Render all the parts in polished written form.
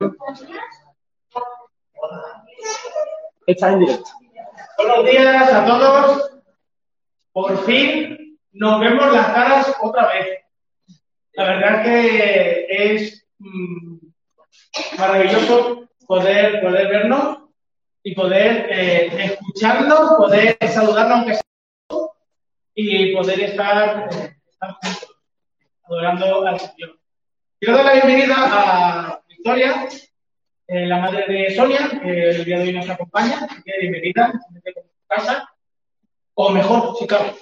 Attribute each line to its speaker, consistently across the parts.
Speaker 1: Está en directo.
Speaker 2: Buenos días a todos. Por fin nos vemos las caras otra vez. La verdad que es maravilloso poder vernos y poder escucharnos, poder saludarnos aunque sea y poder estar juntos, adorando al Señor. Quiero dar la bienvenida a Victoria, la madre de Sonia, que el día de hoy nos acompaña. Así que bienvenida a casa, o mejor, si cabe.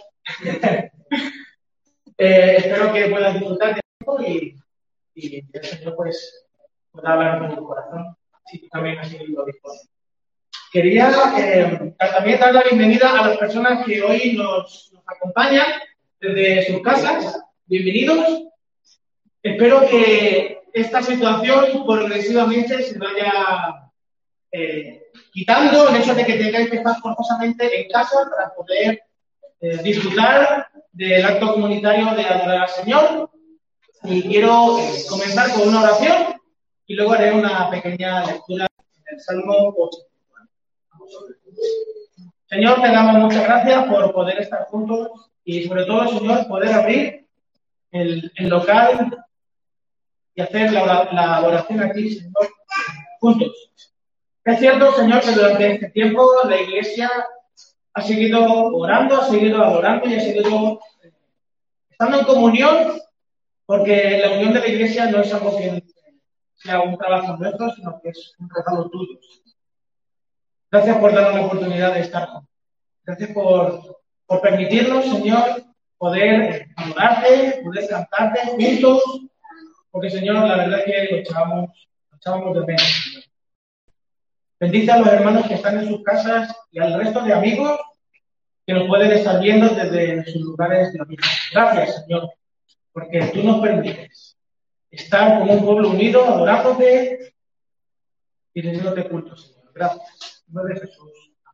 Speaker 2: Espero que puedas disfrutar de esto y el Señor pues pueda hablar con tu corazón, si tú también así lo dispones. Quería también dar la bienvenida a las personas que hoy nos acompañan desde sus casas. Bienvenidos. Espero que esta situación progresivamente se vaya quitando el hecho de que tengáis que estar forzosamente en casa para poder disfrutar del acto comunitario de adorar al Señor. Y quiero comenzar con una oración y luego haré una pequeña lectura del Salmo 8. Señor, te damos muchas gracias por poder estar juntos y sobre todo, Señor, poder abrir el local y hacer la oración aquí, Señor, juntos. Es cierto, Señor, que durante este tiempo la Iglesia ha seguido orando, ha seguido adorando y ha seguido estando en comunión, porque la unión de la Iglesia no es algo que sea un trabajo nuestro, sino que es un regalo tuyo. Gracias por darnos la oportunidad de estar juntos. Gracias por permitirnos, Señor, poder adorarte, poder cantarte juntos, porque, Señor, la verdad es que lo echábamos de menos, Señor. Bendice a los hermanos que están en sus casas y al resto de amigos que nos pueden estar viendo desde sus lugares de origen. Gracias, Señor, porque tú nos permites estar como un pueblo unido, adorándote y rindiéndote culto, Señor. Gracias. En nombre de Jesús.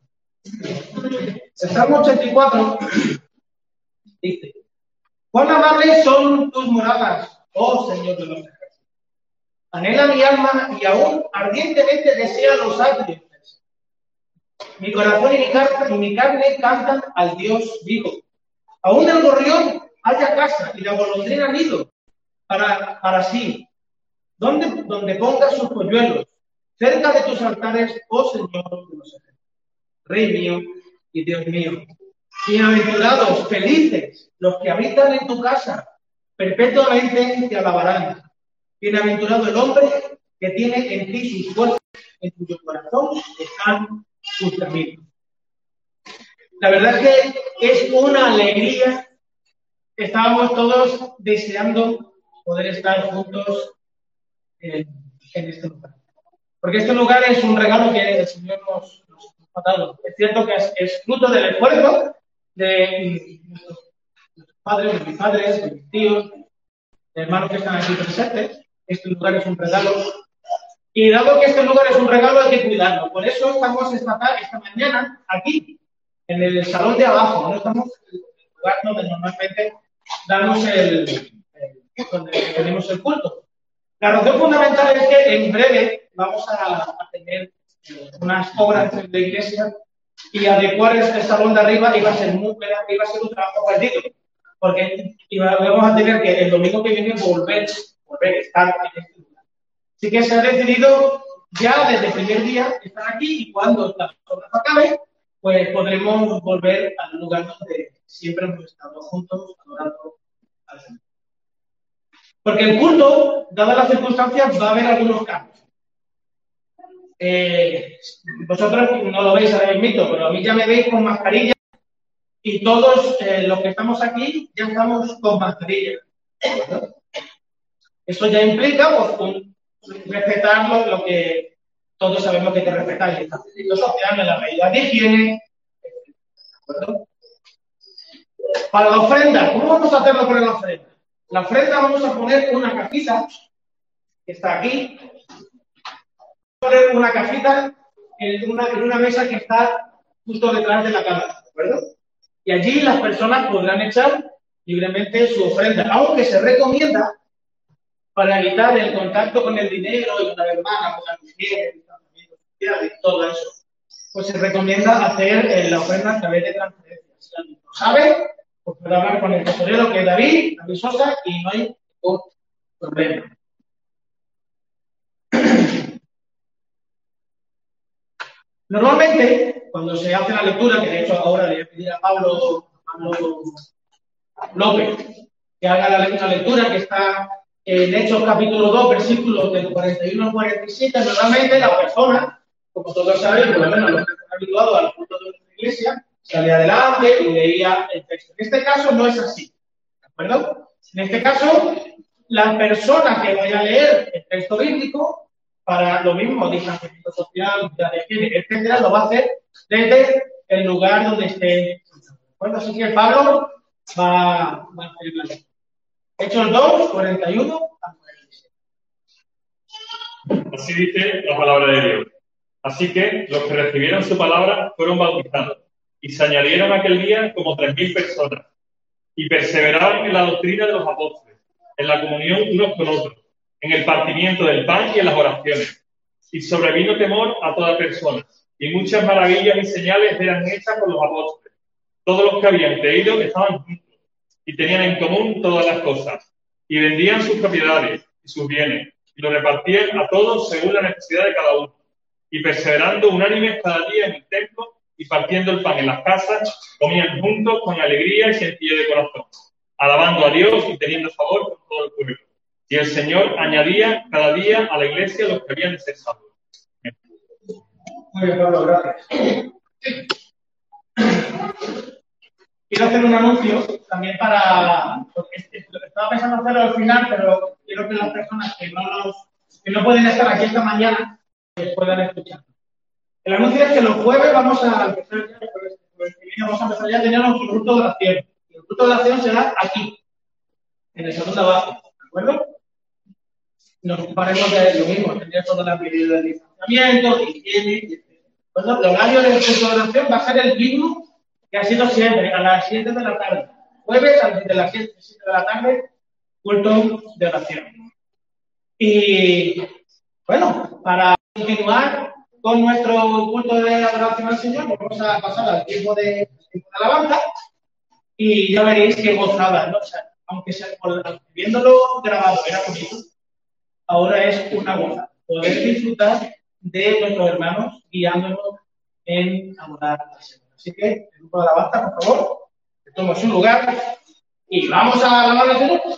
Speaker 2: El Salmo 84 dice: cuán amables son tus moradas, oh Señor de los ejércitos. Anhela mi alma y aún ardientemente desea los atrios. Mi corazón y mi carne cantan al Dios vivo. Aún el gorrión halla casa y la golondrina nido para sí, donde ponga sus polluelos, cerca de tus altares, oh Señor de los ejércitos. Rey mío y Dios mío. Bienaventurados, felices, los que habitan en tu casa, perpetuamente te alabarán. Bienaventurado el hombre que tiene en ti sus fuerzas, en cuyo corazón están sus caminos. La verdad es que es una alegría. Estábamos todos deseando poder estar juntos en este lugar. Porque este lugar es un regalo que el Señor nos ha dado. Es cierto que es fruto del esfuerzo de nuestros padres, de mis padres, de mis tíos, de hermanos que están aquí presentes. Este lugar es un regalo. Y dado que este lugar es un regalo, hay que cuidarlo. Por eso estamos esta mañana aquí, en el salón de abajo. No estamos en el lugar donde normalmente damos donde tenemos el culto. La razón fundamental es que en breve vamos a tener unas obras de la iglesia y adecuar este salón de arriba iba a ser un trabajo perdido, porque vamos a tener que el domingo que viene volver a estar en este lugar. Así que se ha decidido ya desde el primer día estar aquí y cuando las obras acaben, pues podremos volver al lugar donde siempre hemos estado juntos adorando al Señor. Porque el culto, dadas las circunstancias, va a haber algunos cambios. Vosotros no lo veis ahora mismo, pero a mí ya me veis con mascarilla y todos los que estamos aquí ya estamos con mascarilla. Eso ya implica pues, respetar lo que todos sabemos que hay que respetar, el distanciamiento social, en la medida de higiene. ¿De acuerdo? Para la ofrenda, ¿cómo vamos a hacerlo con la ofrenda? La ofrenda vamos a poner una cajita que está aquí. Vamos a poner una cajita en una mesa que está justo detrás de la cámara, ¿de acuerdo? Y allí las personas podrán echar libremente su ofrenda, aunque se recomienda para evitar el contacto con el dinero y con la hermana, con la mujer, y todo eso, pues se recomienda hacer la ofrenda a través de transferencia. Si alguien no sabe, pues puede hablar con el tesorero, que es David Sosa, y no hay ningún problema. Normalmente, cuando se hace la lectura, que de hecho ahora le voy a pedir a Pablo López que haga la lectura, que está en Hechos capítulo 2, versículos del 41 al 47, normalmente la persona, como todos sabéis, por lo menos los que están habituados al culto de nuestra iglesia, salía adelante y leía el texto. En este caso no es así, ¿de acuerdo? En este caso, la persona que vaya a leer el texto bíblico, para lo mismo, distanciamiento social, de género, etcétera, lo va a hacer desde el lugar donde esté. Bueno, así que Pablo va a hacer la lectura. Hechos 2, 41 al 47.
Speaker 1: Así dice la palabra de Dios. Así que los que recibieron su palabra fueron bautizados, y se añadieron aquel día como 3.000 personas, y perseveraban en la doctrina de los apóstoles, en la comunión unos con otros, en el partimiento del pan y en las oraciones. Y sobrevino temor a toda persona, y muchas maravillas y señales eran hechas por los apóstoles. Todos los que habían creído estaban juntos, y tenían en común todas las cosas, y vendían sus propiedades y sus bienes, y lo repartían a todos según la necesidad de cada uno, y perseverando unánimes cada día en el templo, y partiendo el pan en las casas, comían juntos con alegría y sencillez de corazón, alabando a Dios y teniendo favor con todo el pueblo. Y el Señor añadía cada día a la iglesia los que habían de ser salvos.
Speaker 2: Muy bien, Pablo, gracias. Quiero hacer un anuncio también porque estaba pensando hacerlo al final, pero quiero que las personas que no pueden estar aquí esta mañana puedan escuchar. El anuncio es que los jueves vamos a empezar ya, tener nuestro culto de oración. El culto de oración será aquí, en el salón de abajo, ¿de acuerdo? Nos ocuparemos de lo mismo, tener todas las medidas de distanciamiento, higiene, etc. Bueno, el horario del culto de oración va a ser el mismo que ha sido siempre, a las 7 de la tarde. Jueves, a las 7 de la tarde, culto de oración. Y, bueno, para continuar con nuestro culto de adoración al Señor, pues vamos a pasar al tiempo de alabanza y ya veréis qué gozada, ¿no? O sea, aunque viéndolo grabado era bonito, ahora es una gozada poder disfrutar de nuestros hermanos guiándonos en adorar al Señor. Así que, el grupo de alabanza, por favor, que tome su lugar y vamos a alabar al Señor.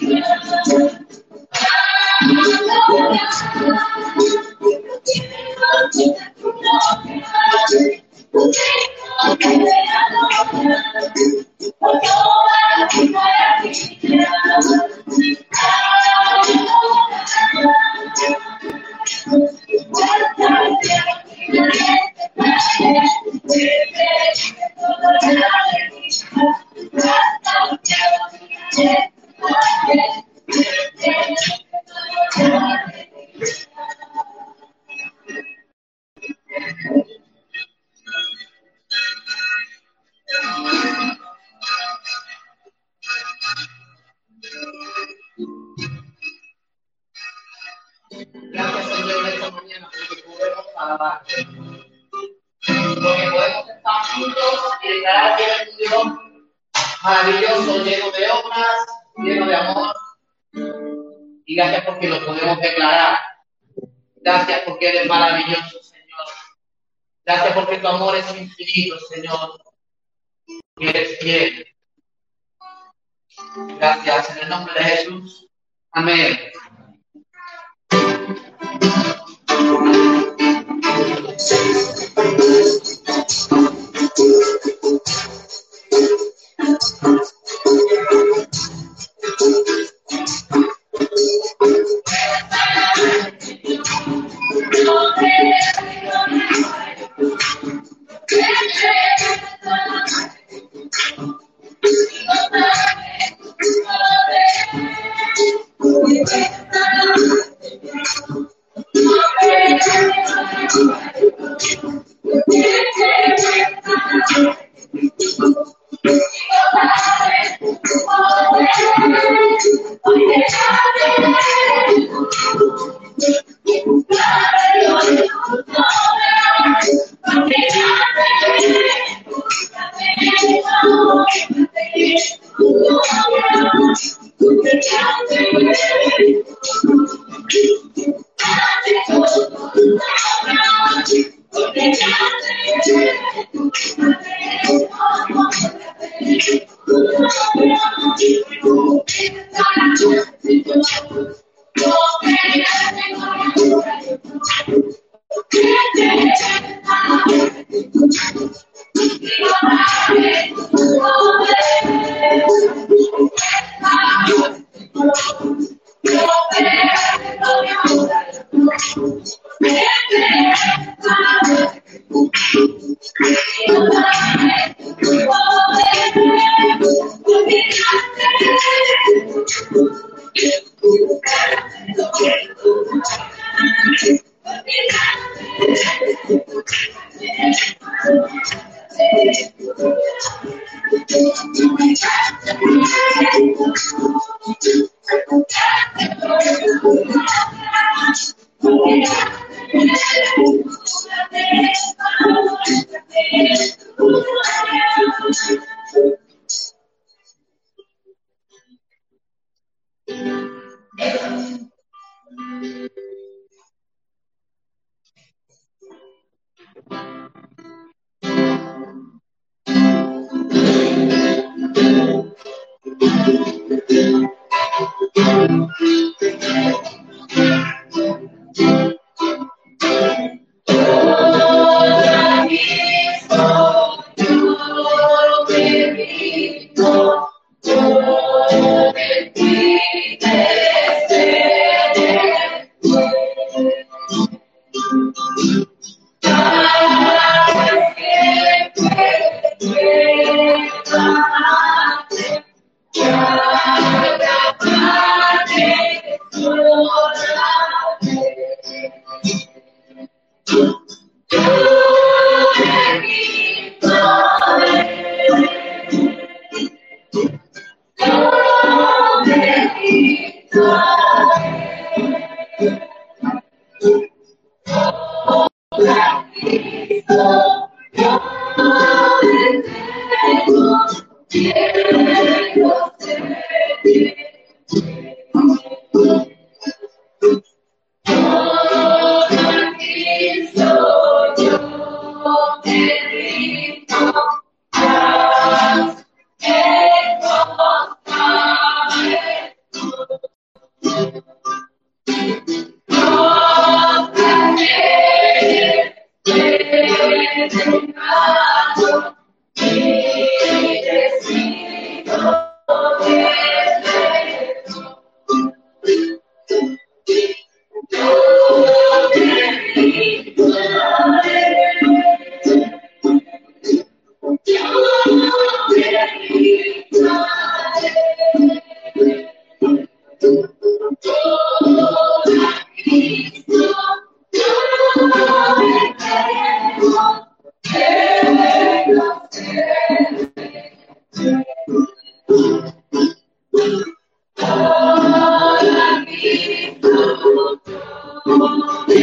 Speaker 3: Gracias, Señor, esta mañana porque podemos alabarte. Porque podemos estar juntos y declarar que eres un Dios maravilloso, lleno de obras, lleno de amor. Y gracias porque lo podemos declarar. Gracias porque eres maravilloso, Señor. Gracias porque tu amor es infinito, Señor. Y eres fiel. Gracias en el nombre de Jesús. Amén.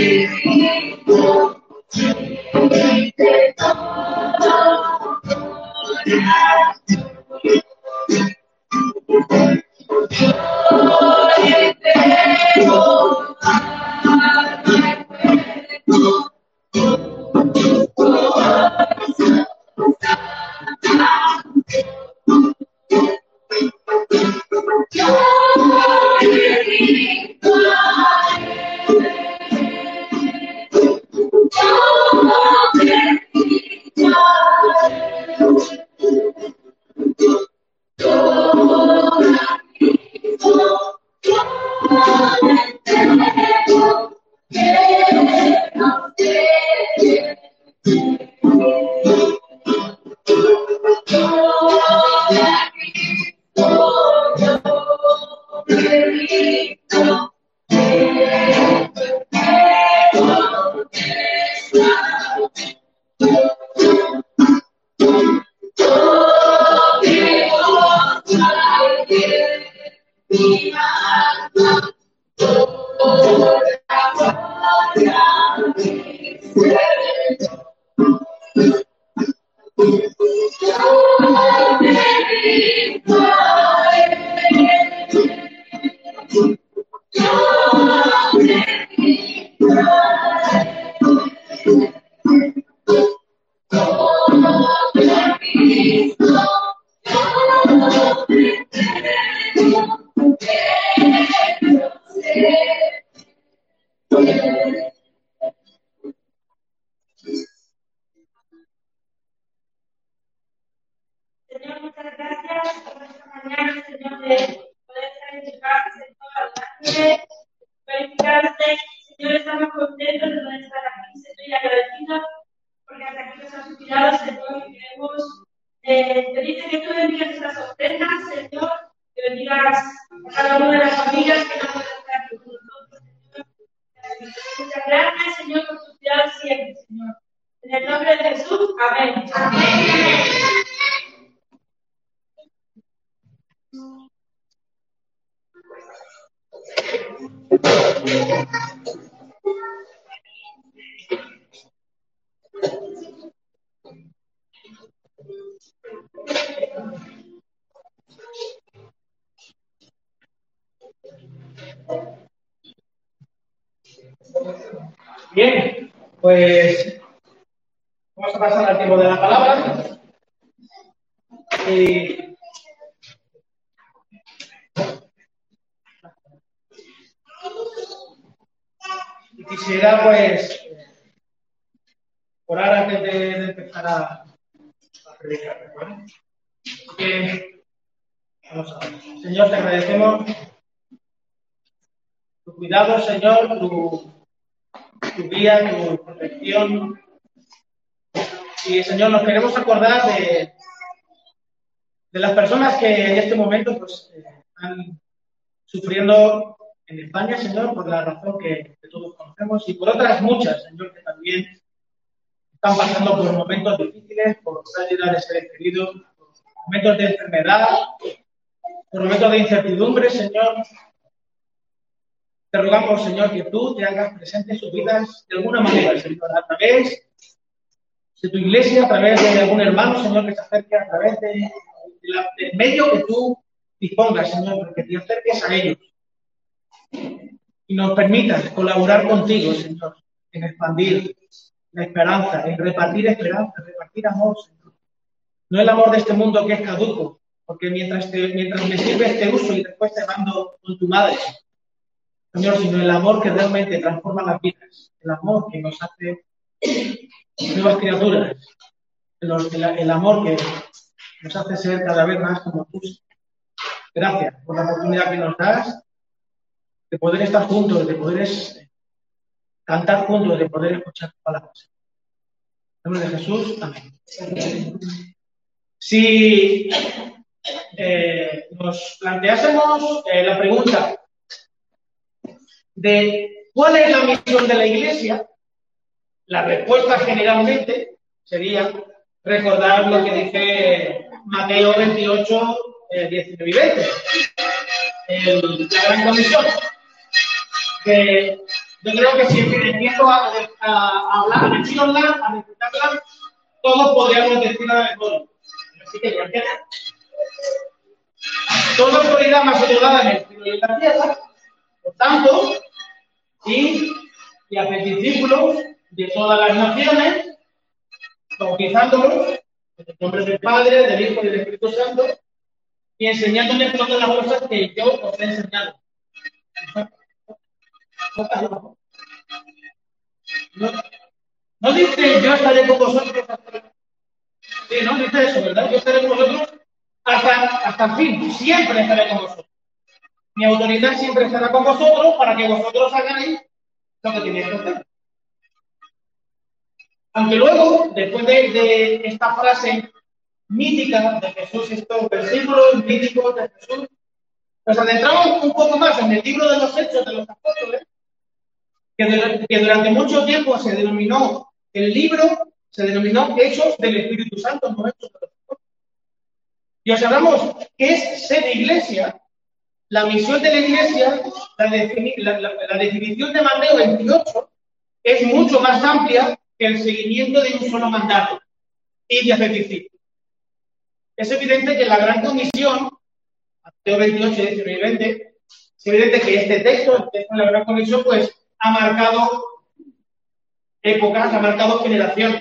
Speaker 4: Señor, muchas gracias por esta mañana, Señor, de poder estar en tu casa, Señor, adorándote, verificarte. Señor, estamos contentos de poder estar aquí, Señor, y agradecidos porque hasta aquí nos has cuidado, Señor, y queremos pedirte que tú bendigas estas ofrendas, Señor, que bendigas a cada una de las familias que no pueden estar aquí con nosotros, Señor. Muchas gracias, Señor, por tu cuidado siempre, Señor. En el nombre de Jesús, amén. Amén.
Speaker 2: Bien, pues vamos a pasar al tiempo de la palabra. Y quisiera, pues, orar antes de empezar a predicar, ¿vale? Vamos a ver. Señor, te agradecemos tu cuidado, Señor, tu guía, tu protección. Y, Señor, nos queremos acordar de las personas que en este momento pues, están sufriendo en España, Señor, por la razón que todos conocemos, y por otras muchas, Señor, que también están pasando por momentos difíciles, por pérdida de seres queridos, por momentos de enfermedad, por momentos de incertidumbre, Señor. Te rogamos, Señor, que tú te hagas presente en sus vidas de alguna manera, Señor, a través de tu iglesia, a través de algún hermano, Señor, que se acerque, a través del medio que tú dispongas, Señor, porque te acerques a ellos y nos permitas colaborar contigo, Señor, en expandir la esperanza, en repartir esperanza, repartir amor, Señor. No el amor de este mundo que es caduco, porque mientras me sirves te uso y después te mando con tu madre, Señor, sino el amor que realmente transforma las vidas, el amor que nos hace nuevas criaturas, el amor que nos hace ser cada vez más como tú. Gracias por la oportunidad que nos das de poder estar juntos, de poder cantar juntos, de poder escuchar tus palabras. En el nombre de Jesús, amén. Si nos planteásemos la pregunta de cuál es la misión de la Iglesia, la respuesta generalmente sería recordar lo que dice Mateo 28, 19 y 20, la gran comisión, que Yo creo que si empiezo a hablar, a decir hablar, a necesitarla, todos podríamos decir la mejor. Así que cualquier toda autoridad más elevada en el cielo y en la tierra, por tanto, y hacer discípulos de todas las naciones, bautizándolos en el nombre del Padre, del Hijo y del Espíritu Santo, y enseñándoles todas las cosas que yo os he enseñado. No dice yo estaré con vosotros hasta... Sí, no dice eso, ¿verdad? Yo estaré con vosotros hasta el fin, siempre estaré con vosotros. Mi autoridad siempre estará con vosotros para que vosotros hagáis lo que tenéis que hacer. Aunque luego, después de esta frase mítica de Jesús, estos versículos míticos de Jesús, nos adentramos un poco más en el libro de los Hechos de los Apóstoles, que durante mucho tiempo se denominó Hechos del Espíritu Santo, no Hechos de los Apóstoles. Y os hablamos que es ser iglesia, la misión de la iglesia, la definición de Mateo 28 es mucho más amplia que el seguimiento de un solo mandato y de hacer discípulos. Es evidente que la gran comisión, Mateo 28, 19 y 20, es evidente que este texto, el texto de la gran comisión, pues ha marcado épocas, ha marcado generaciones.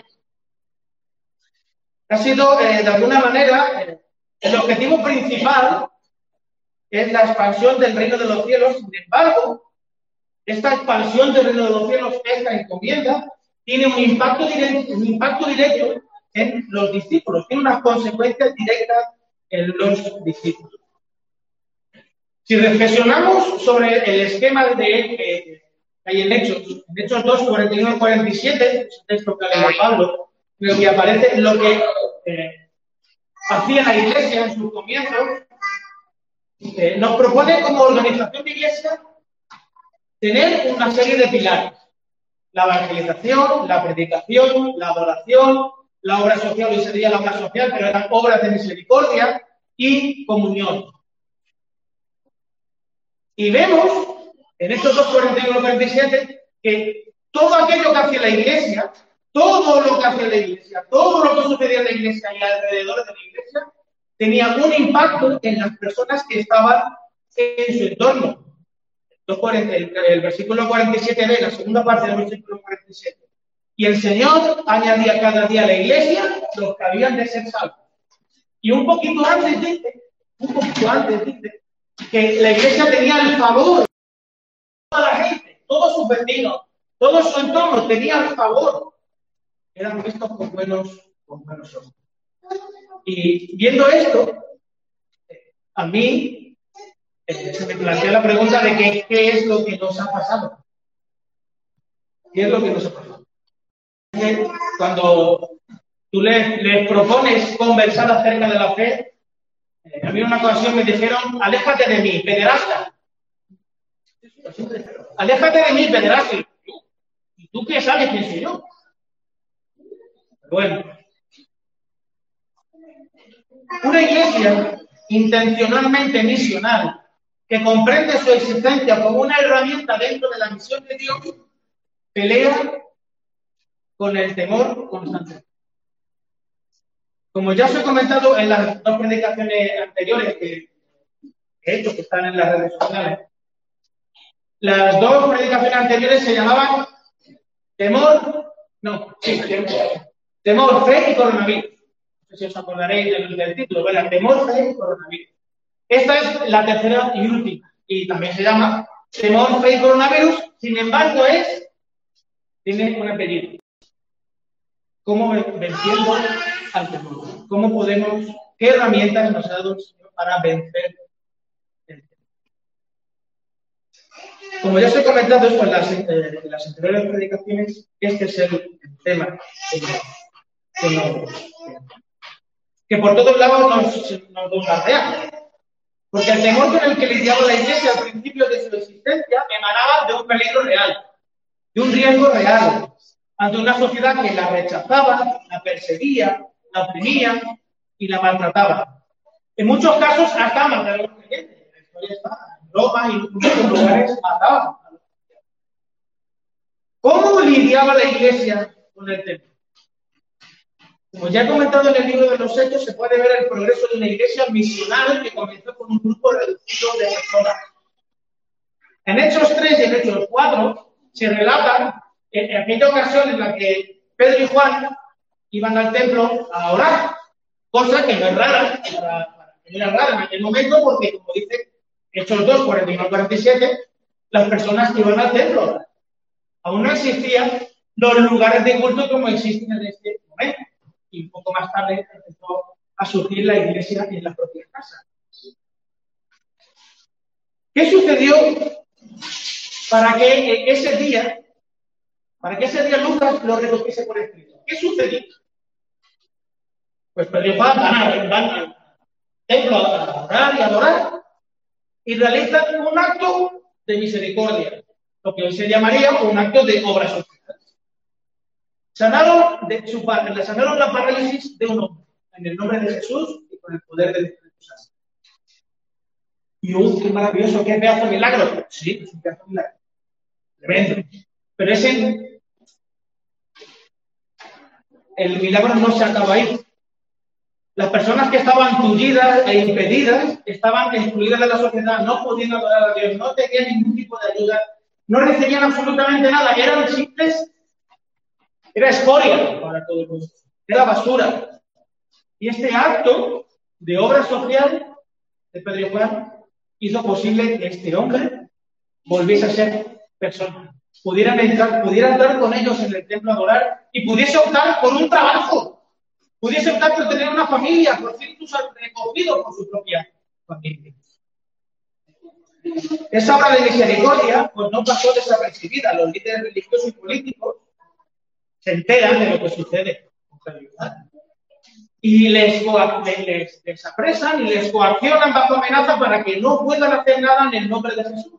Speaker 2: Ha sido, de alguna manera, el objetivo principal es la expansión del reino de los cielos. Sin embargo, esta expansión del reino de los cielos, esta encomienda, tiene un impacto directo en los discípulos, tiene unas consecuencias directas en los discípulos. Si reflexionamos sobre el esquema que hay en Hechos 2, 41 y 47, es un texto que leyó Pablo, en el que aparece lo que hacía la iglesia en sus comienzos, nos propone como organización de iglesia tener una serie de pilares: la evangelización, la predicación, la adoración, la obra social, hoy sería la obra social, pero eran obras de misericordia, y comunión. Y vemos en estos 2:41 y 47 que todo aquello que hacía la iglesia, todo lo que sucedía en la iglesia y alrededor de la iglesia, tenía un impacto en las personas que estaban en su entorno. El versículo 47b, la segunda parte del versículo 47. Y el Señor añadía cada día a la iglesia los que habían de ser salvos. Y un poquito antes dice que la iglesia tenía el favor de toda la gente, todos sus vecinos, todo su entorno tenía el favor. Eran vistos con buenos ojos. Y viendo esto, a mí se me plantea la pregunta de qué es lo que nos ha pasado. ¿Qué es lo que nos ha pasado? Cuando tú les propones conversar acerca de la fe, a mí en una ocasión me dijeron: aléjate de mí, pederasta. Aléjate de mí, pederasta. ¿Y tú qué sabes quién soy yo? Bueno, una iglesia intencionalmente misional que comprende su existencia como una herramienta dentro de la misión de Dios, pelea con el temor constante. Como ya os he comentado en las dos predicaciones anteriores que he hecho, que están en las redes sociales, las dos predicaciones anteriores se llamaban temor, fe y coronavirus. No sé si os acordaréis del título, ¿verdad? Temor, fe y coronavirus. Esta es la tercera y última, y también se llama temor, fe y coronavirus. Sin embargo, tiene un apellido. ¿Cómo venciendo al temor? ¿Qué herramientas nos ha dado el Señor para vencer el temor? Como ya os he comentado esto en las anteriores predicaciones, este es el tema que por todos lados nos bombardea. Porque el temor con el que lidiaba la iglesia al principio de su existencia emanaba de un peligro real, de un riesgo real, ante una sociedad que la rechazaba, la perseguía, la oprimía y la maltrataba. En muchos casos hasta mataron a los creyentes. La historia está en Roma y en muchos lugares mataban. ¿Cómo lidiaba la iglesia con el templo? Como ya he comentado en el libro de los Hechos, se puede ver el progreso de una iglesia misional que comenzó con un grupo reducido de personas. En Hechos 3 y en Hechos 4 se relata en aquella ocasión en la que Pedro y Juan iban al templo a orar, cosa que no es rara, no era rara en aquel momento porque, como dice Hechos 2, 41 47, las personas que iban al templo aún no existían los lugares de culto como existen en este momento. Y un poco más tarde empezó a surgir la iglesia en la propia casa. ¿Qué sucedió para que ese día Lucas lo recogiese por escrito? ¿Qué sucedió? Pues Pedro y Juan van al templo a orar y adorar y realizan un acto de misericordia, lo que hoy se llamaría un acto de obra social. Le sanaron la parálisis de un hombre, en el nombre de Jesús y con el poder del Espíritu Santo. Y qué maravilloso, qué pedazo de milagro. Sí, es un pedazo de milagro. Tremendo. Pero el milagro no se acaba ahí. Las personas que estaban tullidas e impedidas estaban excluidas de la sociedad, no podían adorar a Dios, no tenían ningún tipo de ayuda, no recibían absolutamente nada, eran simples. Era escoria para todo el mundo, era basura. Y este acto de obra social de Pedro y Juan hizo posible que este hombre volviese a ser persona. Pudiera entrar con ellos en el templo a adorar y pudiese optar por un trabajo, pudiese optar por tener una familia, por ser incluso recogido por su propia familia. Esa obra de misericordia pues no pasó desapercibida. Los líderes religiosos y políticos se enteran de lo que sucede y les apresan y les coaccionan bajo amenaza para que no puedan hacer nada en el nombre de Jesús.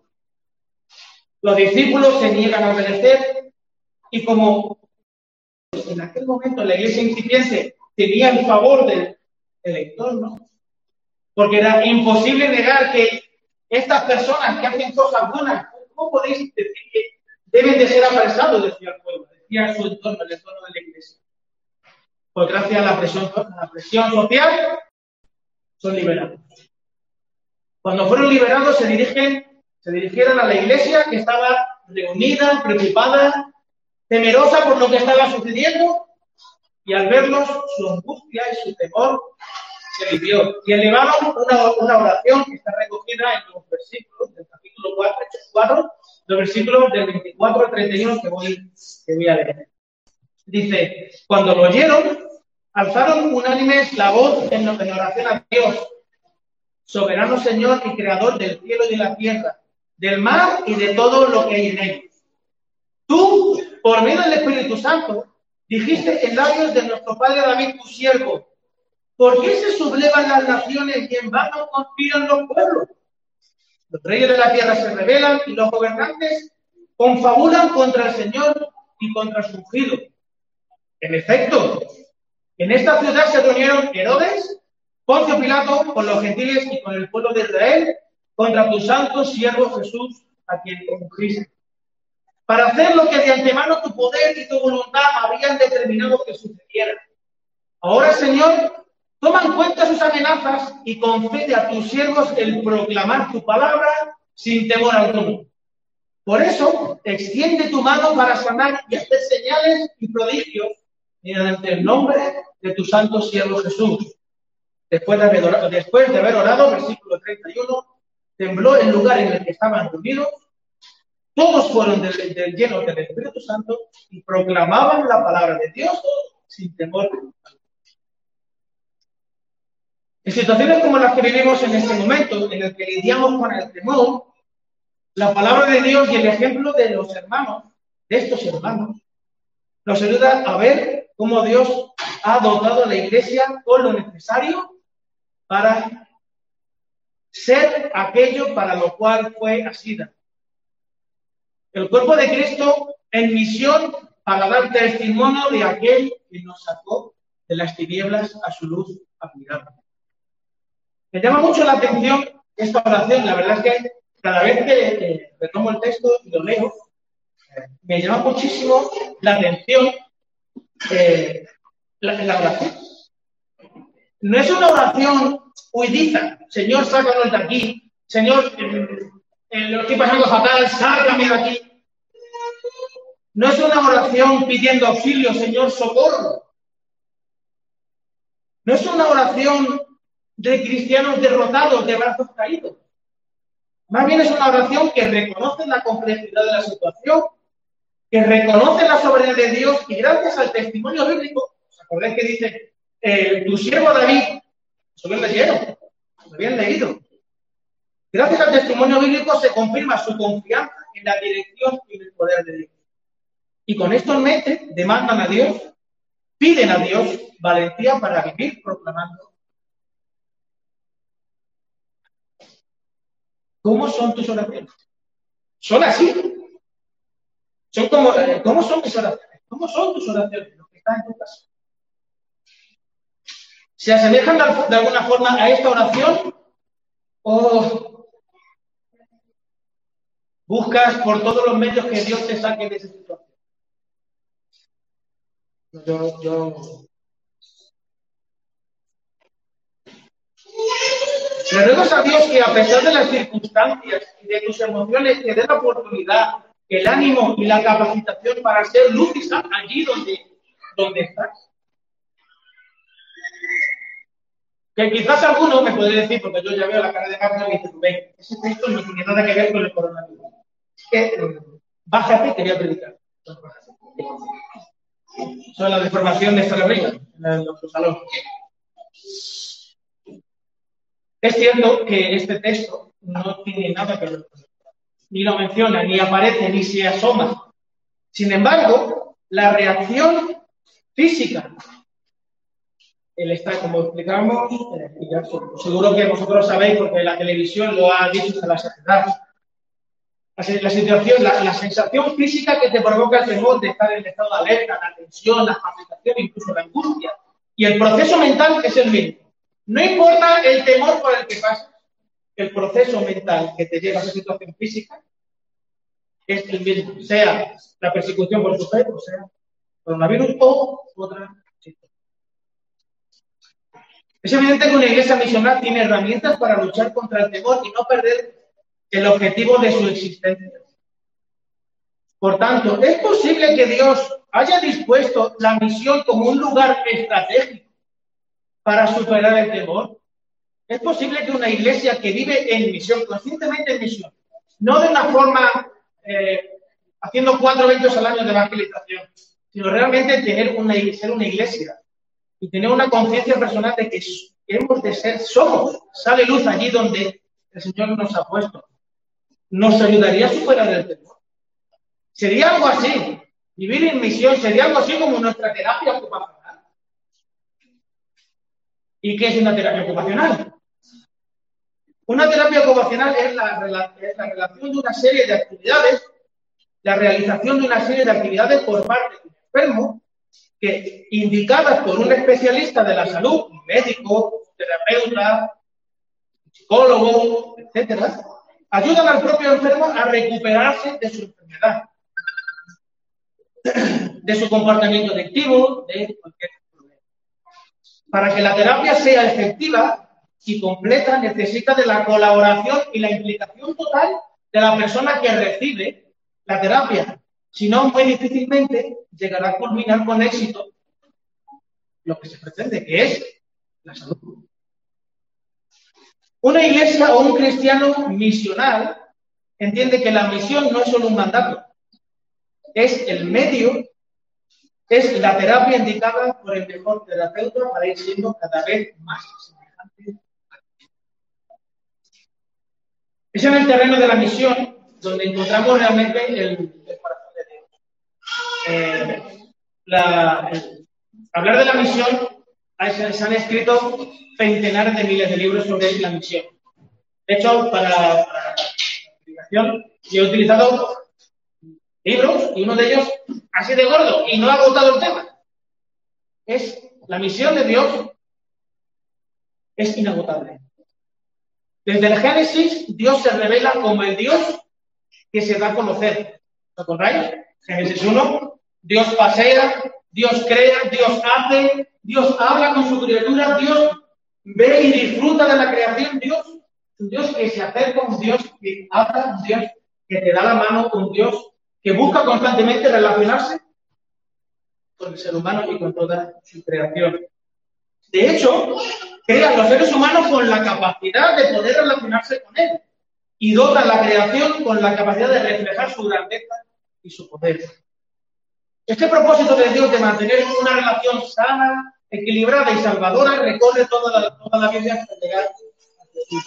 Speaker 2: Los discípulos se niegan a obedecer y como en aquel momento la iglesia incipiente tenía el favor del entorno, porque era imposible negar que estas personas que hacen cosas buenas, ¿cómo podéis decir que deben de ser apresados? Decía el pueblo, decía su entorno, el entorno de la iglesia. Pues gracias a la presión social, son liberados. Cuando fueron liberados se dirigieron a la iglesia que estaba reunida, preocupada, temerosa por lo que estaba sucediendo, y al verlos su angustia y su temor se alivió. Y elevaron una oración que está recogida en los versículos del capítulo 4, los versículos del 24 al 31 que voy a leer. Dice, cuando lo oyeron, alzaron unánimes la voz en oración a Dios, soberano Señor y creador del cielo y de la tierra, del mar y de todo lo que hay en ellos. Tú, por medio del Espíritu Santo, dijiste en labios de nuestro padre David, tu siervo, ¿por qué se sublevan las naciones y en vano conspiran los pueblos? Los reyes de la tierra se rebelan y los gobernantes confabulan contra el Señor y contra su ungido. En efecto, en esta ciudad se reunieron Herodes, Poncio Pilato, con los gentiles y con el pueblo de Israel, contra tu santo siervo Jesús, a quien ungiste, para hacer lo que de antemano tu poder y tu voluntad habían determinado que sucediera. Ahora, Señor, toma en cuenta sus amenazas y concede a tus siervos el proclamar tu palabra sin temor alguno. Por eso, extiende tu mano para sanar y hacer señales y prodigios mediante el nombre de tu santo siervo Jesús. Después de haber orado, versículo 31, tembló el lugar en el que estaban reunidos. Todos fueron llenos del Espíritu Santo y proclamaban la palabra de Dios sin temor. En situaciones como las que vivimos en este momento, en el que lidiamos con el temor, la palabra de Dios y el ejemplo de los hermanos, de estos hermanos, nos ayuda a ver cómo Dios ha dotado a la iglesia con lo necesario para ser aquello para lo cual fue asida. El cuerpo de Cristo en misión para dar testimonio de aquel que nos sacó de las tinieblas a su luz admirable. Me llama mucho la atención esta oración. La verdad es que cada vez que retomo el texto y lo leo, me llama muchísimo la atención la oración. No es una oración huidiza, Señor, sácanos de aquí, Señor, lo estoy pasando fatal, sácame de aquí. No es una oración pidiendo auxilio, Señor, socorro. No es una oración de cristianos derrotados, de brazos caídos. Más bien es una oración que reconoce la complejidad de la situación, que reconoce la soberanía de Dios y gracias al testimonio bíblico, ¿os acordáis que dice tu siervo David? Eso lo leyeron, lo habían leído. Gracias al testimonio bíblico se confirma su confianza en la dirección y en el poder de Dios. Y con esto en mente demandan a Dios, piden a Dios valentía para vivir proclamando. ¿Cómo son tus oraciones? ¿Son así? Son como, ¿cómo son tus oraciones? ¿Cómo son tus oraciones? Lo que está en tu casa. ¿Se asemejan de alguna forma a esta oración? ¿O buscas por todos los medios que Dios te saque de esa situación? Le ruego a Dios que a pesar de las circunstancias y de tus emociones te dé la oportunidad, el ánimo y la capacitación para ser luz y sal allí donde estás. Que quizás alguno me podría decir, porque yo ya veo la cara de Carlos y me dice, Rubén, ese texto no tiene nada que ver con el coronavirus. Bájate que voy a predicar. Eso es la deformación de esta arriba, en nuestro salón. Es cierto que este texto no tiene nada que ver con esto. Ni lo menciona, ni aparece, ni se asoma. Sin embargo, la reacción física, él está, como explicamos, seguro que vosotros sabéis, porque la televisión lo ha dicho hasta la saciedad. La situación, la sensación física que te provoca el temor de estar en estado de alerta, la tensión, la palpitación, incluso la angustia. Y el proceso mental es el mismo. No importa el temor por el que pasas, el proceso mental que te lleva a esa situación física es el mismo, sea la persecución por su fe, o sea coronavirus o otra situación. Es evidente que una iglesia misional tiene herramientas para luchar contra el temor y no perder el objetivo de su existencia. Por tanto, ¿es posible que Dios haya dispuesto la misión como un lugar estratégico para superar el temor? Es posible que una iglesia que vive en misión, conscientemente en misión, no de una forma haciendo 4 eventos al año de evangelización, sino realmente ser una iglesia y tener una conciencia personal de que hemos de ser, somos, sale luz allí donde el Señor nos ha puesto. ¿Nos ayudaría a superar el temor? Sería algo así. Vivir en misión sería algo así como nuestra terapia ocupacional. ¿Y qué es una terapia ocupacional? Una terapia ocupacional es la relación de una serie de actividades, la realización de una serie de actividades por parte del enfermo, que indicadas por un especialista de la salud, un médico, un terapeuta, un psicólogo, etcétera, ayudan al propio enfermo a recuperarse de su enfermedad, de su comportamiento adictivo, de cualquier problema. Para que la terapia sea efectiva y completa, necesita de la colaboración y la implicación total de la persona que recibe la terapia. Si no, muy difícilmente llegará a culminar con éxito lo que se pretende, que es la salud. Una iglesia o un cristiano misional entiende que la misión no es solo un mandato, es el medio, es la terapia indicada por el mejor terapeuta para ir siendo cada vez más semejante. Es en el terreno de la misión donde encontramos realmente el corazón de Dios. Hablar de la misión, se han escrito centenares de miles de libros sobre la misión. De hecho, para la explicación, yo he utilizado libros y uno de ellos así de gordo y no ha agotado el tema. Es la misión de Dios es inagotable. Desde el Génesis, Dios se revela como el Dios que se da a conocer. ¿Lo acordáis? Génesis 1, Dios pasea, Dios crea, Dios hace, Dios habla con su criatura, Dios ve y disfruta de la creación, un Dios que se acerca, un Dios que habla, un Dios que te da la mano, un Dios que busca constantemente relacionarse con el ser humano y con toda su creación. De hecho, crea a los seres humanos con la capacidad de poder relacionarse con Él y dota a la creación con la capacidad de reflejar su grandeza y su poder. Este propósito de Dios de mantener una relación sana, equilibrada y salvadora recorre toda la Biblia hasta llegar a Jesús.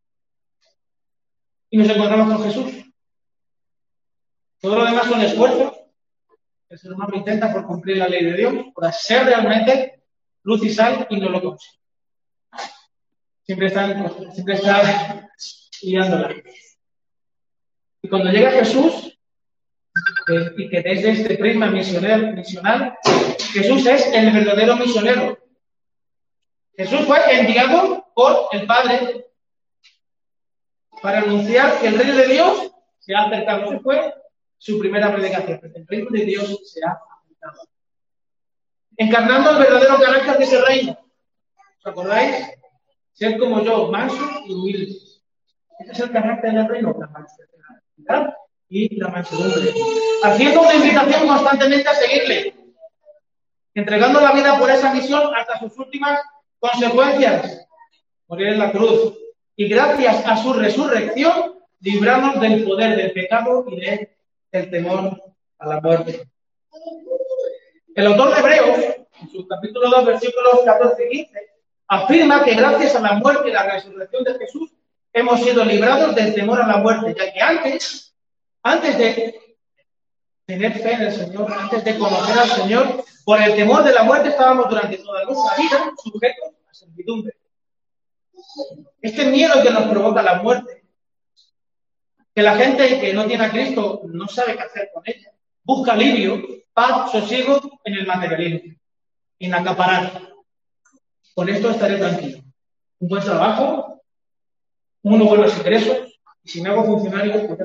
Speaker 2: Y nos encontramos con Jesús. Todo lo demás son esfuerzos. El ser humano intenta por cumplir la ley de Dios, por ser realmente luz y sal, y no lo consigue. Siempre está liándola. Y cuando llega Jesús, y que desde este prisma misional, Jesús es el verdadero misionero. Jesús fue enviado por el Padre para anunciar que el reino de Dios se ha acercado. Esa fue su primera predicación. El reino de Dios se ha acercado. Encarnando el verdadero carácter de ese reino. ¿Os acordáis? Ser como yo, manso y humilde. Ese es el carácter del reino, la mansedumbre y la mansedumbre. Haciendo una invitación constantemente a seguirle, entregando la vida por esa misión hasta sus últimas consecuencias, morir en la cruz. Y gracias a su resurrección, librarnos del poder del pecado y del temor a la muerte. El autor de Hebreos, en su capítulo 2, versículos 14 y 15, afirma que gracias a la muerte y la resurrección de Jesús hemos sido librados del temor a la muerte, ya que antes de tener fe en el Señor, antes de conocer al Señor, por el temor de la muerte estábamos durante toda nuestra vida sujetos a servidumbre. Este miedo que nos provoca la muerte, que la gente que no tiene a Cristo no sabe qué hacer con ella, busca alivio, paz, sosiego en el materialismo, en acaparar. Con esto estaré tranquilo. Un buen trabajo, unos buenos ingresos, y si me hago funcionario, pues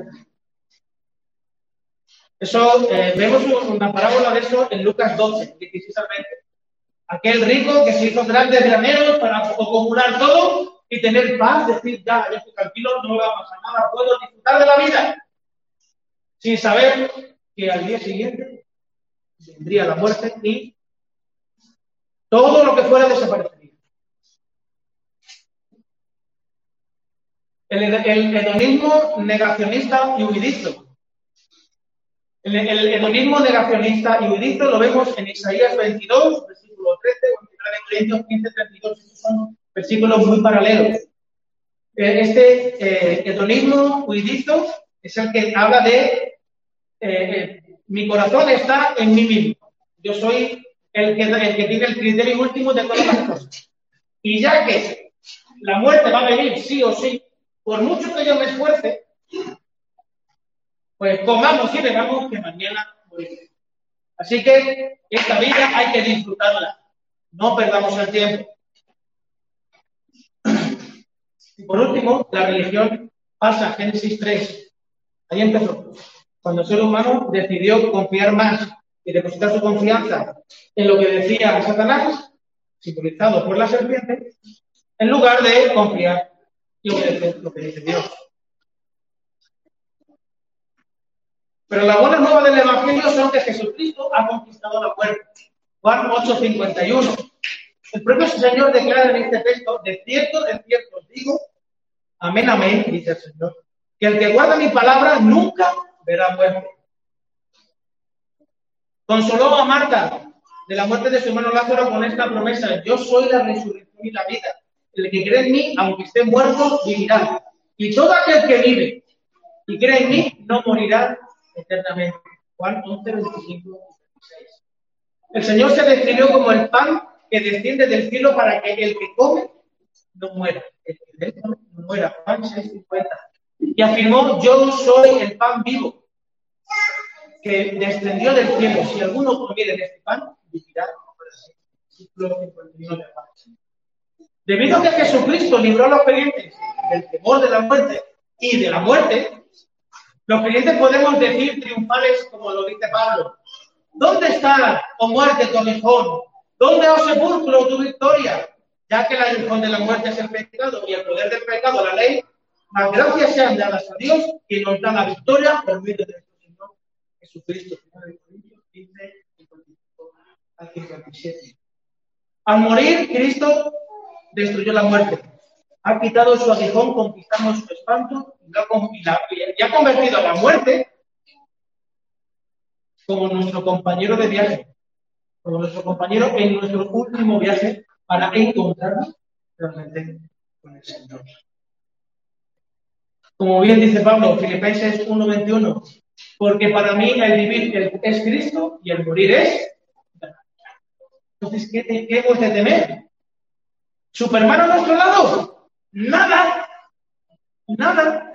Speaker 2: eso, vemos una parábola de eso en Lucas 12, 16 al 20. Aquel rico que se hizo grandes graneros para acumular todo y tener paz, decir, ya estoy tranquilo, no me va a pasar nada, puedo disfrutar de la vida, sin saber que al día siguiente vendría la muerte y todo lo que fuera desaparecería. El hedonismo negacionista y huidizo. El hedonismo negacionista y huidizo lo vemos en Isaías 22, versículo 13, o en 1 Corintios 15, 32. Estos son versículos muy paralelos. Este hedonismo huidizo es el que habla de mi corazón está en mí mismo. Yo soy el que tiene el criterio último de todas las cosas. Y ya que la muerte va a venir sí o sí, por mucho que yo me esfuerce, pues comamos y bebamos que mañana moriremos. Así que esta vida hay que disfrutarla. No perdamos el tiempo. Y por último, la religión falsa, Génesis 3. Ahí empezó. Cuando el ser humano decidió confiar más y depositar su confianza en lo que decía Satanás, simbolizado por la serpiente, en lugar de confiar y obedecer lo que dice Dios. Pero la buena nueva del Evangelio son que Jesucristo ha conquistado la muerte. Juan 8:51. El propio Señor declara en este texto, de cierto os digo, amén, amén, dice el Señor, que el que guarda mi palabra nunca verá muerte. Consoló a Marta de la muerte de su hermano Lázaro con esta promesa: yo soy la resurrección y la vida. El que cree en mí, aunque esté muerto, vivirá. Y todo aquel que vive y cree en mí, no morirá eternamente. Juan 11:25-26. El Señor se describió como el pan que desciende del cielo para que el que come no muera. El que de no muera. Juan 6:50. Y afirmó: yo soy el pan vivo que descendió del cielo. Si alguno comiere de este pan, vivirá. Versículo 51 de Juan. Debido a que Jesucristo libró a los creyentes del temor de la muerte y de la muerte, Los creyentes podemos decir triunfales, como lo dice Pablo: ¿dónde está, oh muerte, tu aguijón? ¿Dónde, oh sepulcro, tu victoria? Ya que el aguijón de la muerte es el pecado y el poder del pecado la ley, más gracias sean dadas a Dios, que nos da la victoria por medio de nuestro Señor Jesucristo. 1 Corintios 15, 55 al 57. Al morir, Cristo destruyó la muerte. Ha quitado su aguijón, conquistamos su espanto y ha convertido a la muerte como nuestro compañero de viaje, como nuestro compañero en nuestro último viaje para encontrarnos realmente con el Señor. Como bien dice Pablo, Filipenses 1:21, porque para mí el vivir es Cristo y el morir es ganar. Entonces, ¿qué hemos de temer? ¿Superman a nuestro lado? Nada. Nada.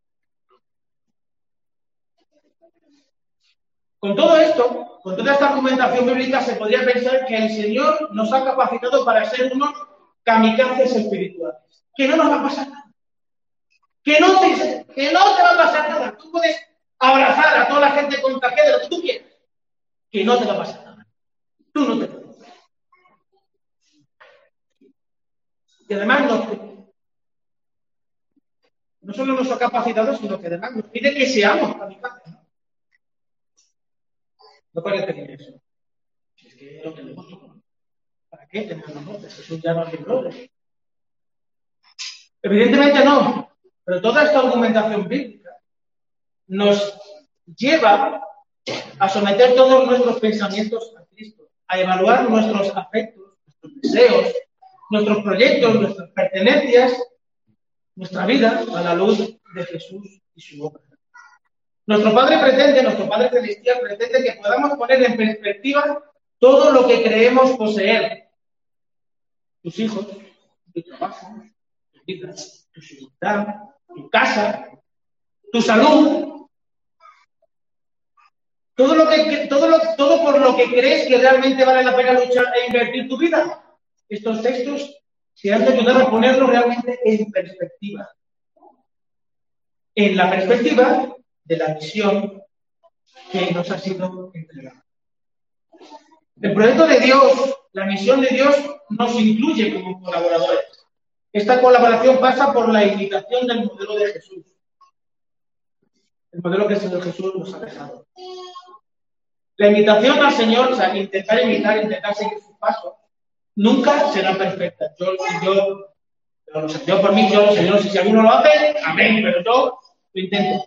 Speaker 2: Con todo esto, con toda esta argumentación bíblica, se podría pensar que el Señor nos ha capacitado para ser unos kamikazes espirituales. Que no nos va a pasar nada. Que no te va a pasar nada. Tú puedes abrazar a toda la gente contagiada de lo que tú quieras. Que no te va a pasar nada. Tú no te preocupes. Y además no solo nos ha capacitado, sino que además nos pide que seamos kamikazes. No parece bien eso. Es que lo tenemos todo. ¿Para qué tenemos nosotros? Jesús ya nos libró. Evidentemente no. Pero toda esta argumentación bíblica nos lleva a someter todos nuestros pensamientos a Cristo, a evaluar nuestros afectos, nuestros deseos, nuestros proyectos, nuestras pertenencias, nuestra vida a la luz de Jesús y su obra. Nuestro Padre Celestial pretende que podamos poner en perspectiva todo lo que creemos poseer. Tus hijos, tu trabajo, tu vida, tu seguridad, tu casa, tu salud. Todo por lo que crees que realmente vale la pena luchar e invertir tu vida. Estos textos se han de ayudar a ponerlo realmente en perspectiva. En la perspectiva de la misión que nos ha sido entregada. El proyecto de Dios, la misión de Dios, nos incluye como colaboradores. Esta colaboración pasa por la imitación del modelo de Jesús. El modelo que el Señor Jesús nos ha dejado. La imitación al Señor, o sea, intentar seguir sus pasos, nunca será perfecta. Yo por mí, Señor, si alguno lo hace, amén, pero yo lo intento.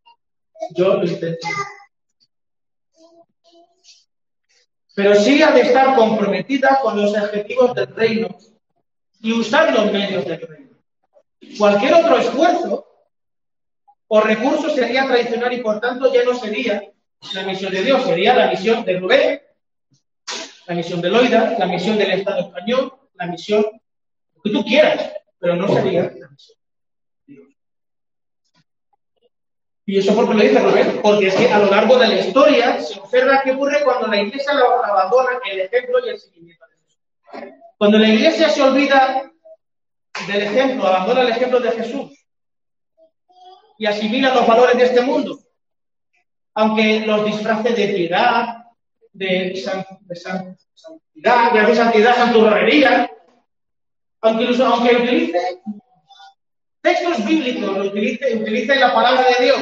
Speaker 2: Pero sí ha de estar comprometida con los objetivos del reino y usar los medios del reino. Cualquier otro esfuerzo o recurso sería traicionar y por tanto ya no sería la misión de Dios, sería la misión de Rubén, la misión de Loida, la misión del Estado español, la misión que tú quieras, pero no sería la misión de Dios. Y eso porque lo dice Rubén, porque es que a lo largo de la historia se observa qué ocurre cuando la Iglesia abandona el ejemplo y el seguimiento de Jesús. Cuando la Iglesia se olvida del ejemplo, abandona el ejemplo de Jesús y asimila los valores de este mundo, aunque los disfraces de piedad, de santidad, de santidad, santurronería, aunque utilice textos bíblicos, utilice la palabra de Dios.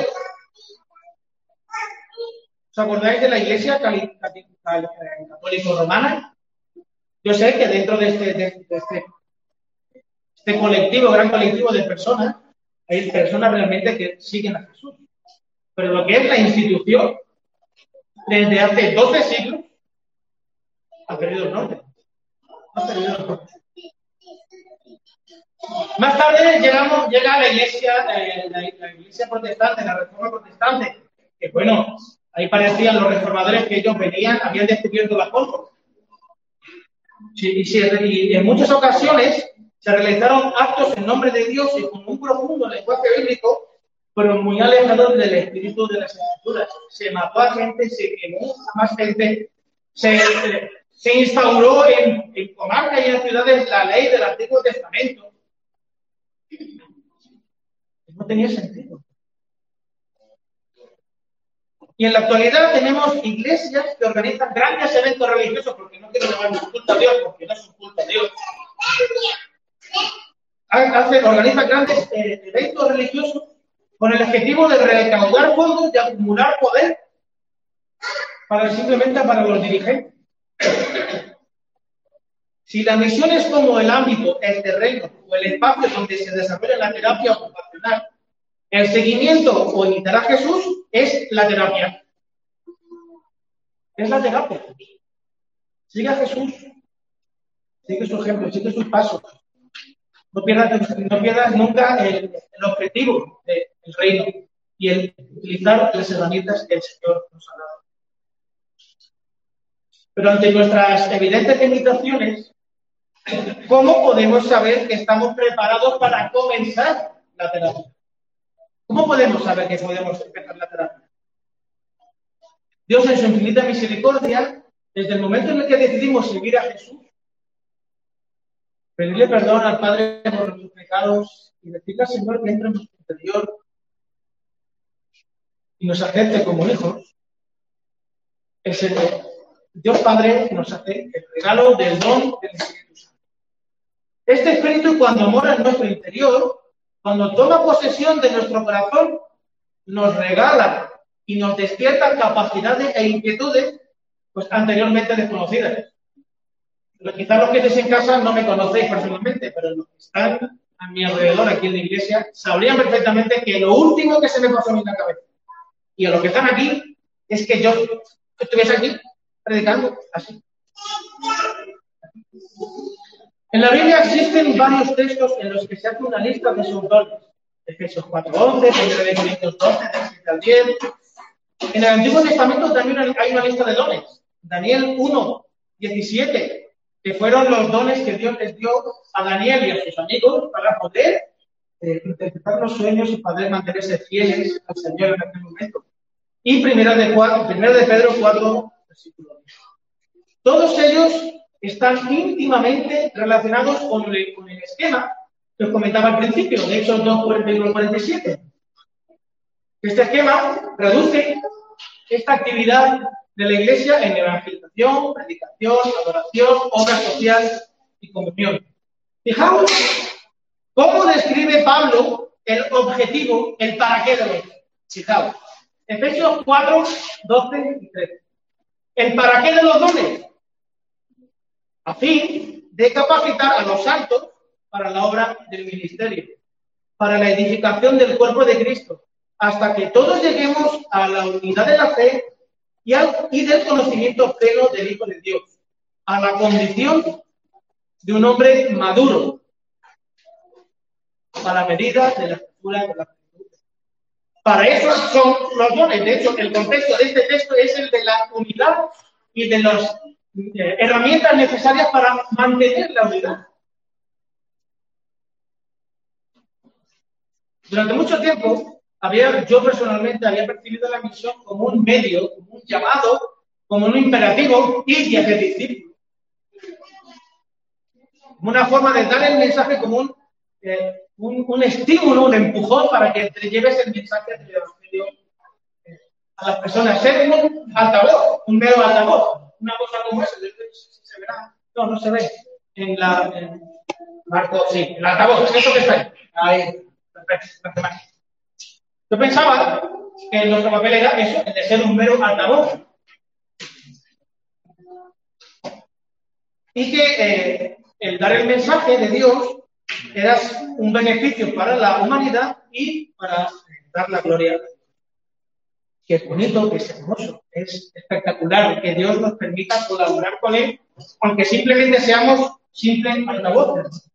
Speaker 2: ¿Os acordáis de la Iglesia católico-romana? Yo sé que dentro de este colectivo, gran colectivo de personas, hay personas realmente que siguen a Jesús. Pero lo que es la institución, desde hace 12 siglos, ha perdido el norte. Más tarde llega la iglesia protestante, la reforma protestante, que bueno, ahí parecían los reformadores que ellos habían descubierto la pólvora. Y en muchas ocasiones se realizaron actos en nombre de Dios y con un profundo lenguaje bíblico, pero muy alejados del espíritu de las Escrituras. Se mató a gente, se quemó a más gente, se instauró en comarcas y en ciudades la ley del Antiguo Testamento. No tenía sentido. Y en la actualidad tenemos iglesias que organizan grandes eventos religiosos, porque no quiero llamar un culto a Dios, porque no es un culto a Dios. Organizan grandes eventos religiosos con el objetivo de recaudar fondos, de acumular poder, simplemente para los dirigentes. Si la misión es como el ámbito, el terreno o el espacio donde se desarrolla la terapia ocupacional, el seguimiento o imitar a Jesús es la terapia. Es la terapia. Sigue a Jesús, sigue su ejemplo, sigue sus pasos. No pierdas nunca el objetivo del reino y el utilizar las herramientas que el Señor nos ha dado. Pero ante nuestras evidentes limitaciones, ¿cómo podemos saber que estamos preparados para comenzar la terapia? ¿Cómo podemos saber que podemos empezar la terapia? Dios, en su infinita misericordia, desde el momento en el que decidimos seguir a Jesús, pedirle perdón al Padre por nuestros pecados y decirle al Señor que entre en nuestro interior y nos acepte como hijos, Dios Padre nos hace el regalo del don del Espíritu Santo. Este Espíritu, cuando mora en nuestro interior, cuando toma posesión de nuestro corazón, nos regala y nos despierta capacidades e inquietudes pues anteriormente desconocidas. Quizás los que estéis en casa no me conocéis personalmente, pero los que están a mi alrededor aquí en la iglesia sabrían perfectamente que lo último que se me pasó en la cabeza, y a los que están aquí, es que yo estuviese aquí predicando así. En la Biblia existen varios textos en los que se hace una lista de sus dones. Efesios 4:11, 1 Corintios 12, del 7 al 10. En el Antiguo Testamento también hay una lista de dones. Daniel 1:17, que fueron los dones que Dios les dio a Daniel y a sus amigos para poder interpretar los sueños y poder mantenerse fieles al Señor en aquel momento. Y primera de Pedro 4, versículo 10. Todos ellos están íntimamente relacionados con el esquema que os comentaba al principio, de Hechos 2:41-47. Este esquema reduce esta actividad de la Iglesia en evangelización, predicación, adoración, obra social y comunión. Fijaos cómo describe Pablo el objetivo, el para qué de los. Fijaos, Efesios 4:12 y 13. El para qué de los dones, a fin de capacitar a los santos para la obra del ministerio, para la edificación del cuerpo de Cristo, hasta que todos lleguemos a la unidad de la fe y del conocimiento pleno del Hijo de Dios, a la condición de un hombre maduro, a la medida de la estatura de la plenitud. Para eso son los dones. De hecho, el contexto de este texto es el de la unidad y de las herramientas necesarias para mantener la unidad. Durante mucho tiempo, yo personalmente había percibido la misión como un medio, como un llamado, como un imperativo y de hacer discípulos. Como una forma de dar el mensaje como un estímulo, un empujón para que te lleves el mensaje del Evangelio a las personas. Ser un altavoz, un mero altavoz. Una cosa como esa, se verá. No se ve. Marco, sí, el altavoz, eso que está ahí. Perfecto. Yo pensaba que nuestro papel era eso, el de ser un mero altavoz. Y que el dar el mensaje de Dios era un beneficio para la humanidad y para dar la gloria. Que es bonito, que es hermoso, es espectacular que Dios nos permita colaborar con Él, aunque simplemente seamos simples altavoces.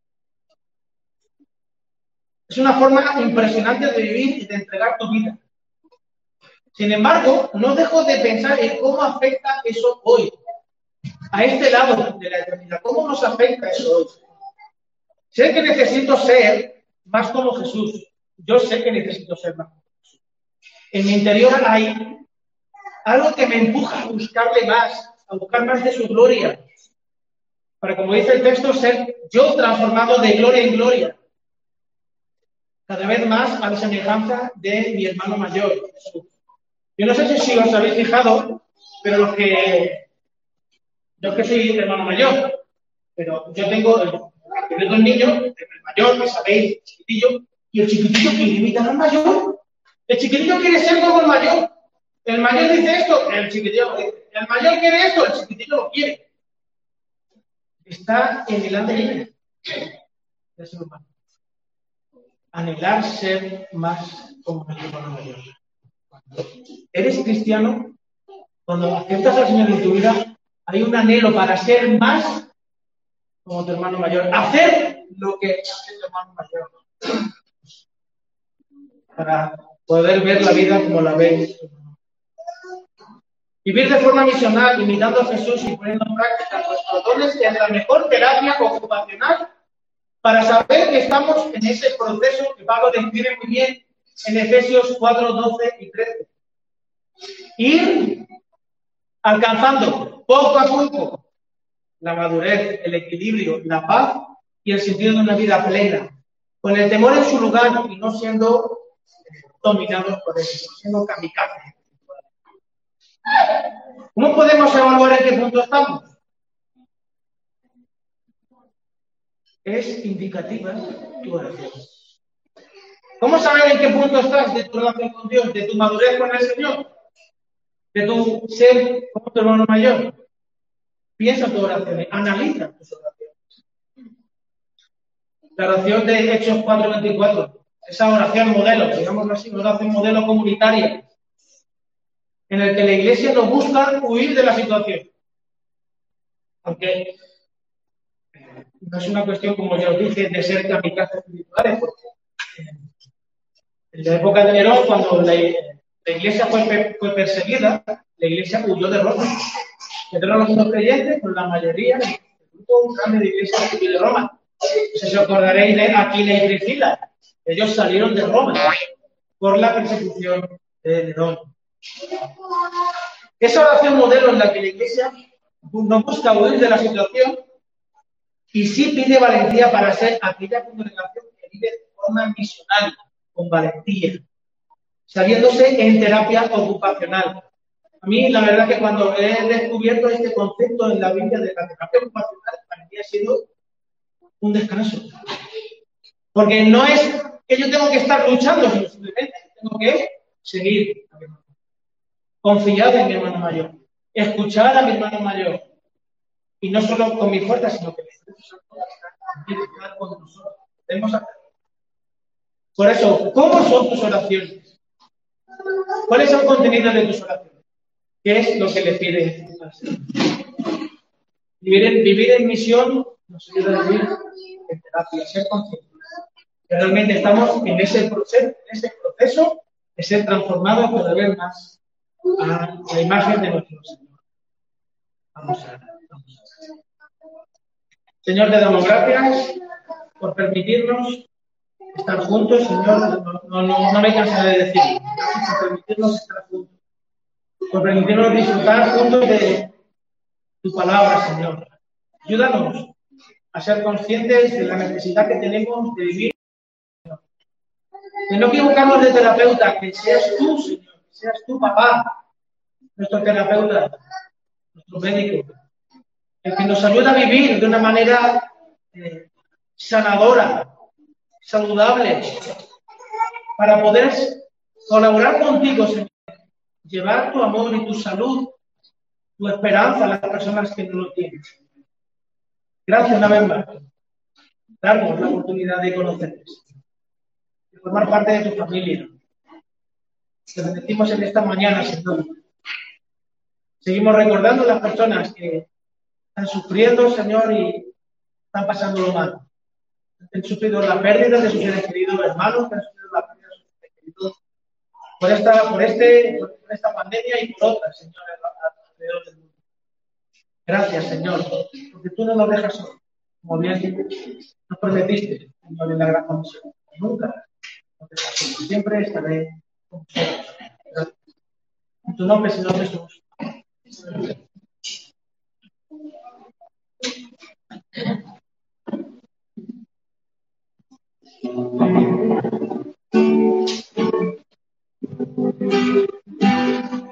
Speaker 2: Es una forma impresionante de vivir y de entregar tu vida. Sin embargo, no dejo de pensar en cómo afecta eso hoy, a este lado de la eternidad. ¿Cómo nos afecta eso hoy? Sé que necesito ser más como Jesús. Yo sé que necesito ser más como Jesús. En mi interior hay algo que me empuja a buscarle más, a buscar más de su gloria. Para, como dice el texto, ser yo transformado de gloria en gloria. Cada vez más a la semejanza de mi hermano mayor, Jesús. Yo no sé si os habéis fijado, pero yo es que soy hermano mayor, pero yo tengo el niño, el mayor, que sabéis, el chiquitillo, y el chiquitillo quiere imitar al mayor. El chiquitillo quiere ser como el mayor. El mayor dice esto, el chiquitillo lo dice. El mayor quiere esto, el chiquitillo lo quiere. Está en el ADN del ser humano. Anhelar ser más como el hermano mayor. Cuando eres cristiano, cuando aceptas al Señor en tu vida, hay un anhelo para ser más como tu hermano mayor. Hacer lo que hace tu hermano mayor. Para poder ver la vida como la ves. Vivir de forma misional, imitando a Jesús y poniendo en práctica nuestros dones es la mejor terapia ocupacional para saber que estamos en ese proceso que Pablo describe muy bien en Efesios 4, 12 y 13. Ir alcanzando poco a poco la madurez, el equilibrio, la paz y el sentido de una vida plena, con el temor en su lugar y no siendo dominados por él, no siendo kamikazes. ¿Cómo podemos evaluar en qué punto estamos? Es indicativa tu oración. ¿Cómo saber en qué punto estás de tu relación con Dios, de tu madurez con el Señor, de tu ser como tu hermano mayor? Piensa en tu oración, analiza tus oraciones. La oración de Hechos 4:24, esa oración modelo, digámoslo así, una oración modelo comunitaria, en el que la Iglesia no busca huir de la situación. Aunque no es una cuestión, como ya os dije, de ser kamikazes espirituales, porque en la época de Nerón, cuando la Iglesia fue perseguida, la Iglesia huyó de Roma. Quedaron algunos creyentes, pero la mayoría, el grupo grande de Iglesia huyó de Roma. Si os acordaréis de Aquila y Priscila, ellos salieron de Roma por la persecución de Nerón. Esa oración modelo en la que la Iglesia no busca huir de la situación y sí pide valentía para ser aquella congregación que vive de forma misional, con valentía, sabiéndose en terapia ocupacional. A mí, la verdad que cuando he descubierto este concepto en la Biblia de la terapia ocupacional, para mí ha sido un descanso. Porque no es que yo tengo que estar luchando, sino simplemente tengo que seguir confiar en mi hermano mayor, escuchar a mi hermano mayor, y no solo con mi fuerza, sino que el Espíritu Santo está con nosotros. Debemos hacerlo. Por eso, ¿cómo son tus oraciones? ¿Cuál es el contenido de tus oraciones? ¿Qué es lo que le pides al Señor? Vivir en misión nos ayuda a vivir en terapia, ser conscientes. Que realmente estamos en ese proceso de ser transformados cada vez más a la imagen de nuestro Señor. Vamos a ver. Señor, te damos gracias por permitirnos estar juntos, Señor. No me cansaré de decirlo. Gracias por permitirnos estar juntos. Por permitirnos disfrutar juntos de tu palabra, Señor. Ayúdanos a ser conscientes de la necesidad que tenemos de vivir. De no equivocarnos de terapeuta, que seas tú, Señor, que seas tú, papá, nuestro terapeuta, nuestro médico, el que nos ayuda a vivir de una manera sanadora, saludable, para poder colaborar contigo, Señor, llevar tu amor y tu salud, tu esperanza a las personas que no lo tienen. Gracias una vez más. Darnos la oportunidad de conocerte, de formar parte de tu familia. Te bendecimos en esta mañana, Señor. Seguimos recordando a las personas que están sufriendo, Señor, y están pasándolo mal. Han sufrido la pérdida de sus seres queridos hermanos, que han sufrido la pérdida de sus seres queridos por esta pandemia y por otras, Señor, alrededor del mundo. Gracias, Señor, porque tú no nos dejas solos. Como bien nos prometiste, Señor, en la gran comisión. Nunca nos dejas solos. Siempre estaré con vosotros. Gracias. En tu nombre, Señor Jesús. Thank you.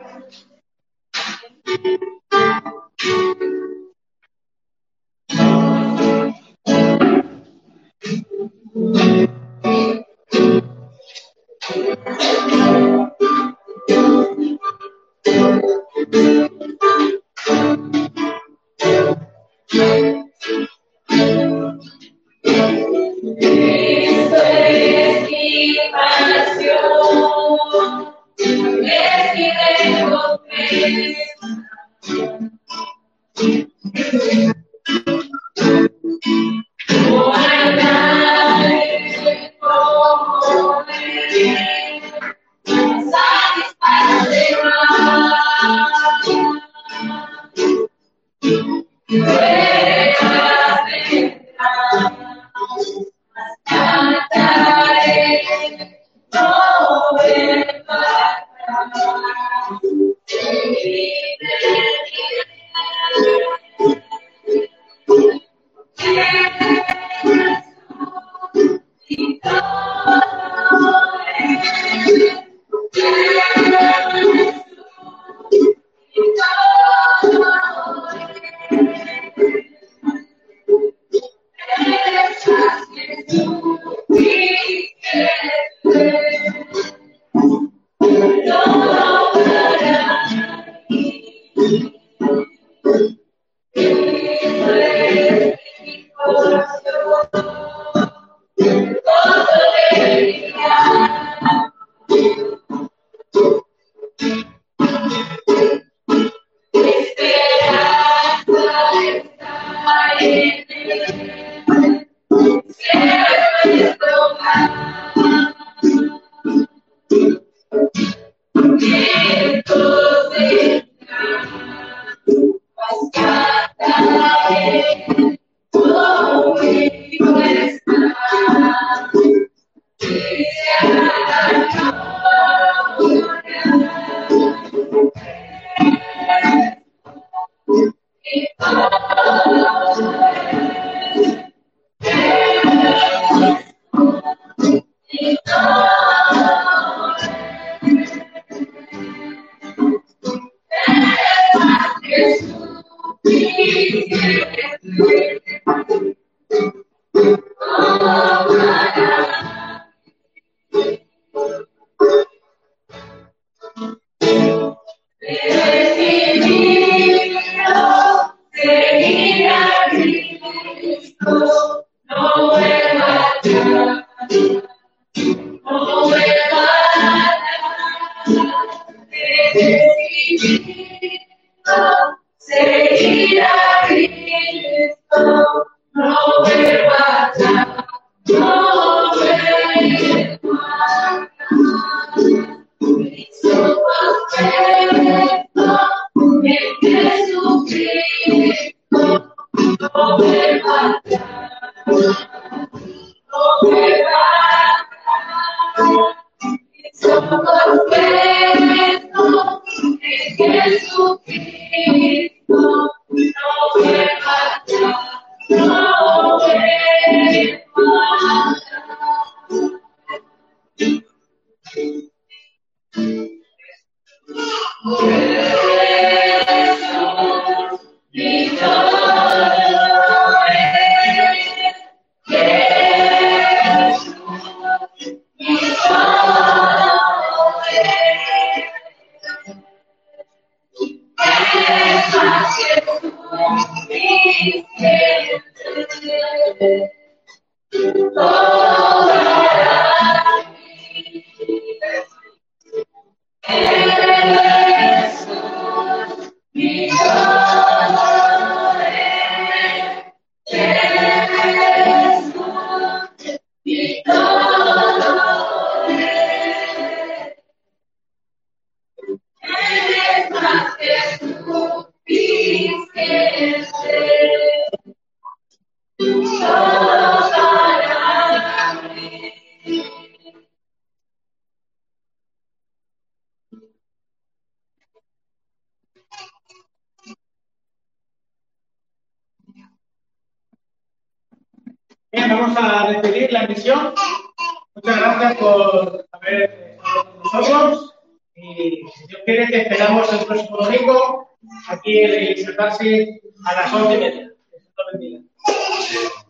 Speaker 2: Bien, vamos a despedir la emisión. Muchas gracias por haber estado con nosotros. Y si Dios quiere, te esperamos el próximo domingo aquí en el Iglesia Casi a las 11:30. Que Dios te bendiga.